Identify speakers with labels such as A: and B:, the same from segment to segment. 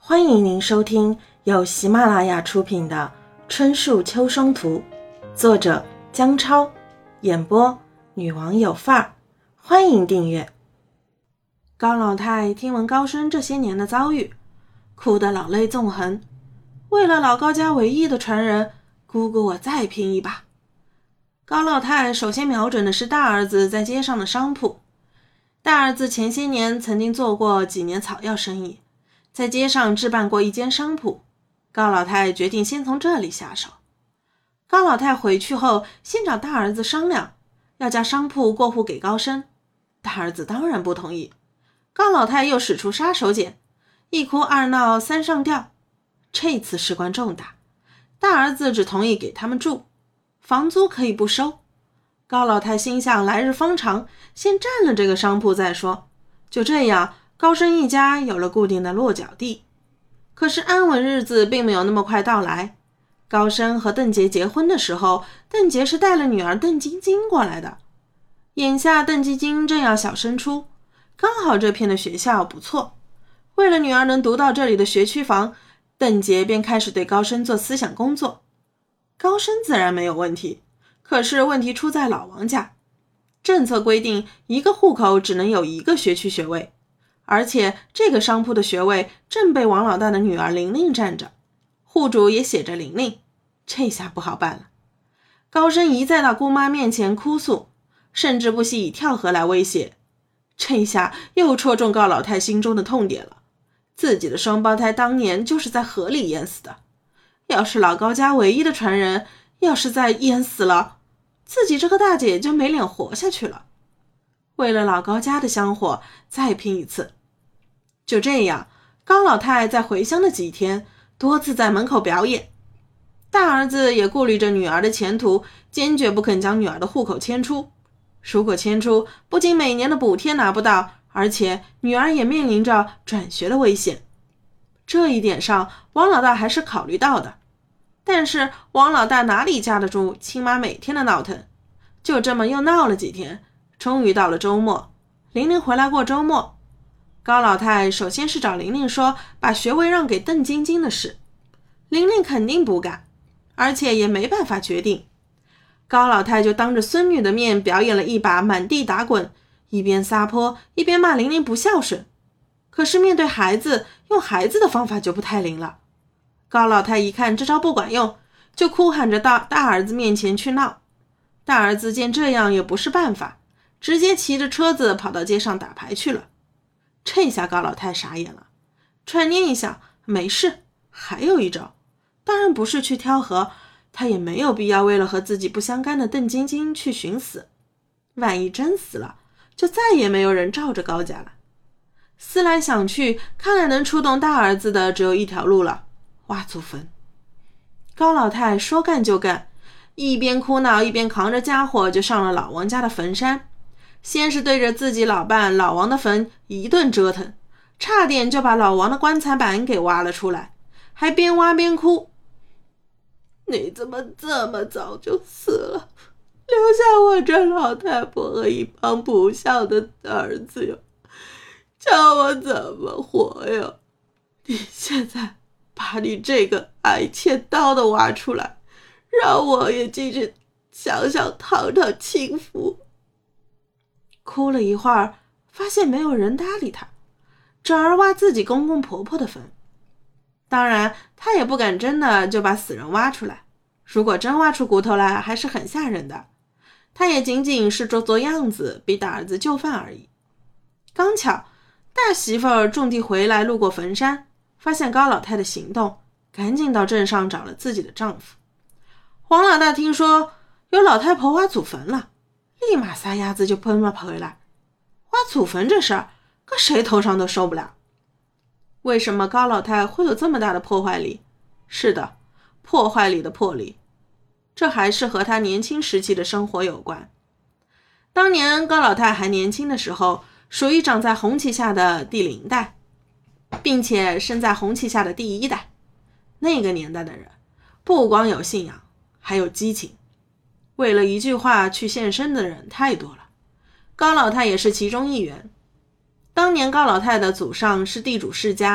A: 欢迎您收听由喜马拉雅出品的《春树秋霜图》，作者姜超，演播女王有范儿。欢迎订阅。高老太听闻高升这些年的遭遇，哭得老泪纵横。为了老高家唯一的传人，姑姑我再拼一把。高老太首先瞄准的是大儿子在街上的商铺。大儿子前些年曾经做过几年草药生意，在街上置办过一间商铺，高老太决定先从这里下手。高老太回去后，先找大儿子商量，要将商铺过户给高升。大儿子当然不同意。高老太又使出杀手锏，一哭二闹三上吊。这次事关重大，大儿子只同意给他们住，房租可以不收。高老太心想来日方长，先占了这个商铺再说。就这样，高升一家有了固定的落脚地。可是安稳日子并没有那么快到来。高升和邓婕结婚的时候，邓婕是带了女儿邓晶晶过来的。眼下邓晶晶正要小升初，刚好这片的学校不错，为了女儿能读到这里的学区房，邓婕便开始对高升做思想工作。高升自然没有问题，可是问题出在老王家。政策规定一个户口只能有一个学区学位，而且这个商铺的学位正被王老大的女儿玲玲占着，户主也写着玲玲，这下不好办了。高升一再到姑妈面前哭诉，甚至不惜以跳河来威胁，这下又戳中高老太心中的痛点了。自己的双胞胎当年就是在河里淹死的，要是老高家唯一的传人要是再淹死了，自己这个大姐就没脸活下去了。为了老高家的香火，再拼一次。就这样，高老太在回乡的几天，多次在门口表演。大儿子也顾虑着女儿的前途，坚决不肯将女儿的户口迁出。如果迁出，不仅每年的补贴拿不到，而且女儿也面临着转学的危险。这一点上，王老大还是考虑到的。但是王老大哪里架得住亲妈每天的闹腾？就这么又闹了几天，终于到了周末，玲玲回来过周末。高老太首先是找玲玲说把学位让给邓晶晶的事，玲玲肯定不敢，而且也没办法决定。高老太就当着孙女的面表演了一把满地打滚，一边撒泼一边骂玲玲不孝顺。可是面对孩子，用孩子的方法就不太灵了。高老太一看这招不管用，就哭喊着到大儿子面前去闹。大儿子见这样也不是办法，直接骑着车子跑到街上打牌去了。这下高老太傻眼了，转念一想，没事，还有一招，当然不是去挑河，他也没有必要为了和自己不相干的邓晶晶去寻死。万一真死了，就再也没有人罩着高家了。思来想去，看来能触动大儿子的只有一条路了，挖祖坟。高老太说干就干，一边哭闹一边扛着家伙就上了老王家的坟山。先是对着自己老伴老王的坟一顿折腾，差点就把老王的棺材板给挖了出来，还边挖边哭。你怎么这么早就死了，留下我这老太婆和一帮不孝的儿子哟，叫我怎么活哟？你现在把你这个挨切刀的挖出来，让我也进去想想堂堂清福。哭了一会儿，发现没有人搭理他，转而挖自己公公婆婆的坟。当然他也不敢真的就把死人挖出来，如果真挖出骨头来还是很吓人的。他也仅仅是做样子，逼大儿子就范而已。刚巧大媳妇儿种地回来路过坟山，发现高老太的行动，赶紧到镇上找了自己的丈夫。黄老大听说有老太婆挖祖坟了，立马撒丫子就奔了回来。挖祖坟这事儿搁谁头上都受不了。为什么高老太会有这么大的破坏力？是的，破坏力的魄力，这还是和她年轻时期的生活有关。当年高老太还年轻的时候，属于长在红旗下的第0代，并且生在红旗下的第1代。那个年代的人不光有信仰，还有激情，为了一句话去献身的人太多了，高老太也是其中一员。当年高老太的祖上是地主世家，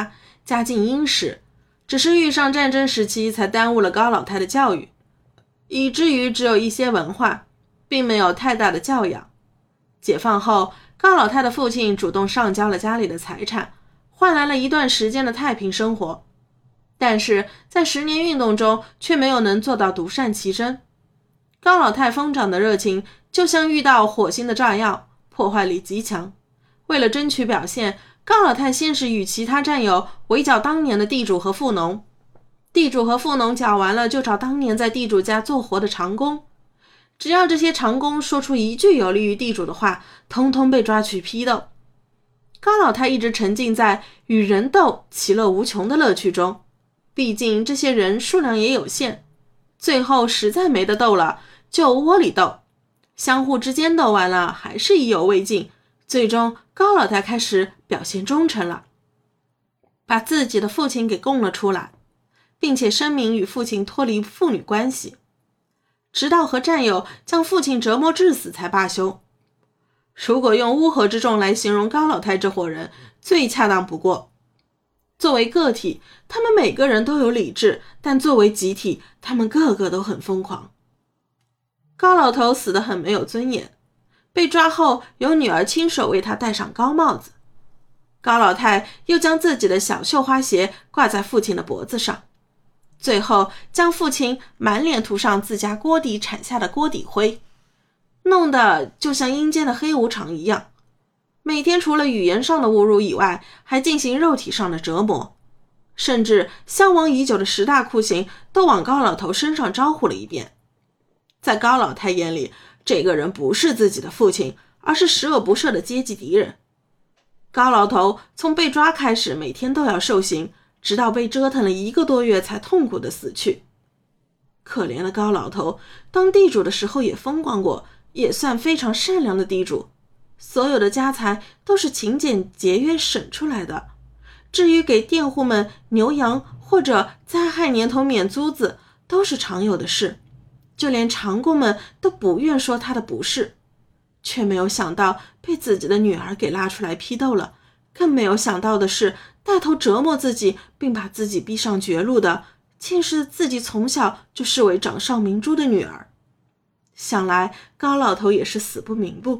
A: 家境殷实，只是遇上战争时期才耽误了高老太的教育，以至于只有一些文化，并没有太大的教养。解放后，高老太的父亲主动上交了家里的财产，换来了一段时间的太平生活，但是在10年运动中却没有能做到独善其身。高老太疯长的热情就像遇到火星的炸药，破坏力极强。为了争取表现，高老太先是与其他战友围剿当年的地主和富农，地主和富农剿完了，就找当年在地主家做活的长工，只要这些长工说出一句有利于地主的话，通通被抓去批斗。高老太一直沉浸在与人斗其乐无穷的乐趣中，毕竟这些人数量也有限，最后实在没得斗了，就窝里斗，相互之间斗完了还是意犹未尽，最终高老太开始表现忠诚了，把自己的父亲给供了出来，并且声明与父亲脱离父女关系，直到和战友将父亲折磨致死才罢休。如果用乌合之众来形容高老太这伙人，最恰当不过。作为个体，他们每个人都有理智，但作为集体，他们个个都很疯狂。高老头死得很没有尊严，被抓后由女儿亲手为他戴上高帽子。高老太又将自己的小绣花鞋挂在父亲的脖子上，最后将父亲满脸涂上自家锅底产下的锅底灰，弄得就像阴间的黑无常一样。每天除了语言上的侮辱以外，还进行肉体上的折磨，甚至消亡已久的10大酷刑都往高老头身上招呼了一遍。在高老太眼里，这个人不是自己的父亲，而是十恶不赦的阶级敌人。高老头从被抓开始，每天都要受刑，直到被折腾了1个多月才痛苦的死去。可怜的高老头，当地主的时候也风光过，也算非常善良的地主，所有的家财都是勤俭节约省出来的。至于给佃户们牛羊或者灾害年头免租子，都是常有的事，就连长工们都不愿说他的不是。却没有想到被自己的女儿给拉出来批斗了，更没有想到的是，带头折磨自己并把自己逼上绝路的，竟是自己从小就视为掌上明珠的女儿。想来高老头也是死不瞑目。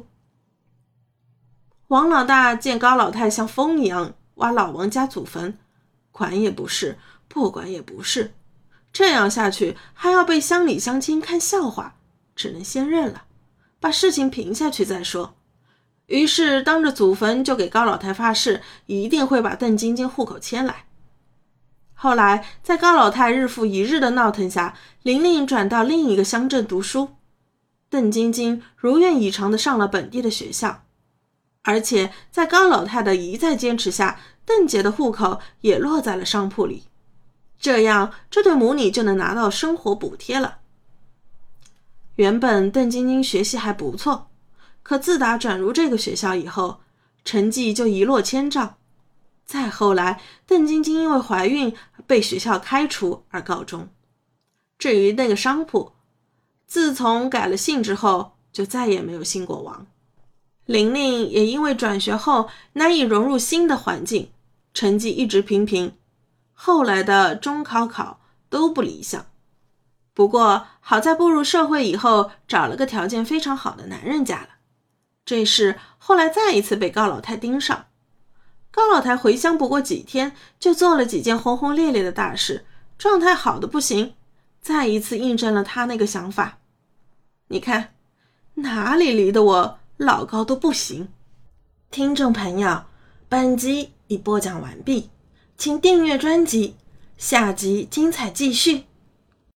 A: 王老大见高老太像疯一样挖老王家祖坟，管也不是，不管也不是，这样下去还要被乡里乡亲看笑话，只能先认了，把事情平下去再说。于是当着祖坟就给高老太发誓，一定会把邓晶晶户口迁来。后来在高老太日复一日的闹腾下，玲玲转到另一个乡镇读书，邓晶晶如愿以偿地上了本地的学校，而且在高老太的一再坚持下，邓姐的户口也落在了商铺里，这样这对母女就能拿到生活补贴了。原本邓晶晶学习还不错，可自打转入这个学校以后，成绩就一落千丈。再后来，邓晶晶因为怀孕被学校开除而告终。至于那个商铺，自从改了姓之后，就再也没有姓过王。玲玲也因为转学后难以融入新的环境，成绩一直平平，后来的中考都不理想。不过好在步入社会以后，找了个条件非常好的男人家了。这事后来再一次被高老太盯上。高老太回乡不过几天，就做了几件轰轰烈烈的大事，状态好的不行，再一次印证了他那个想法。你看，哪里离得我老高都不行。听众朋友，本集已播讲完毕，请订阅专辑，下集精彩继续。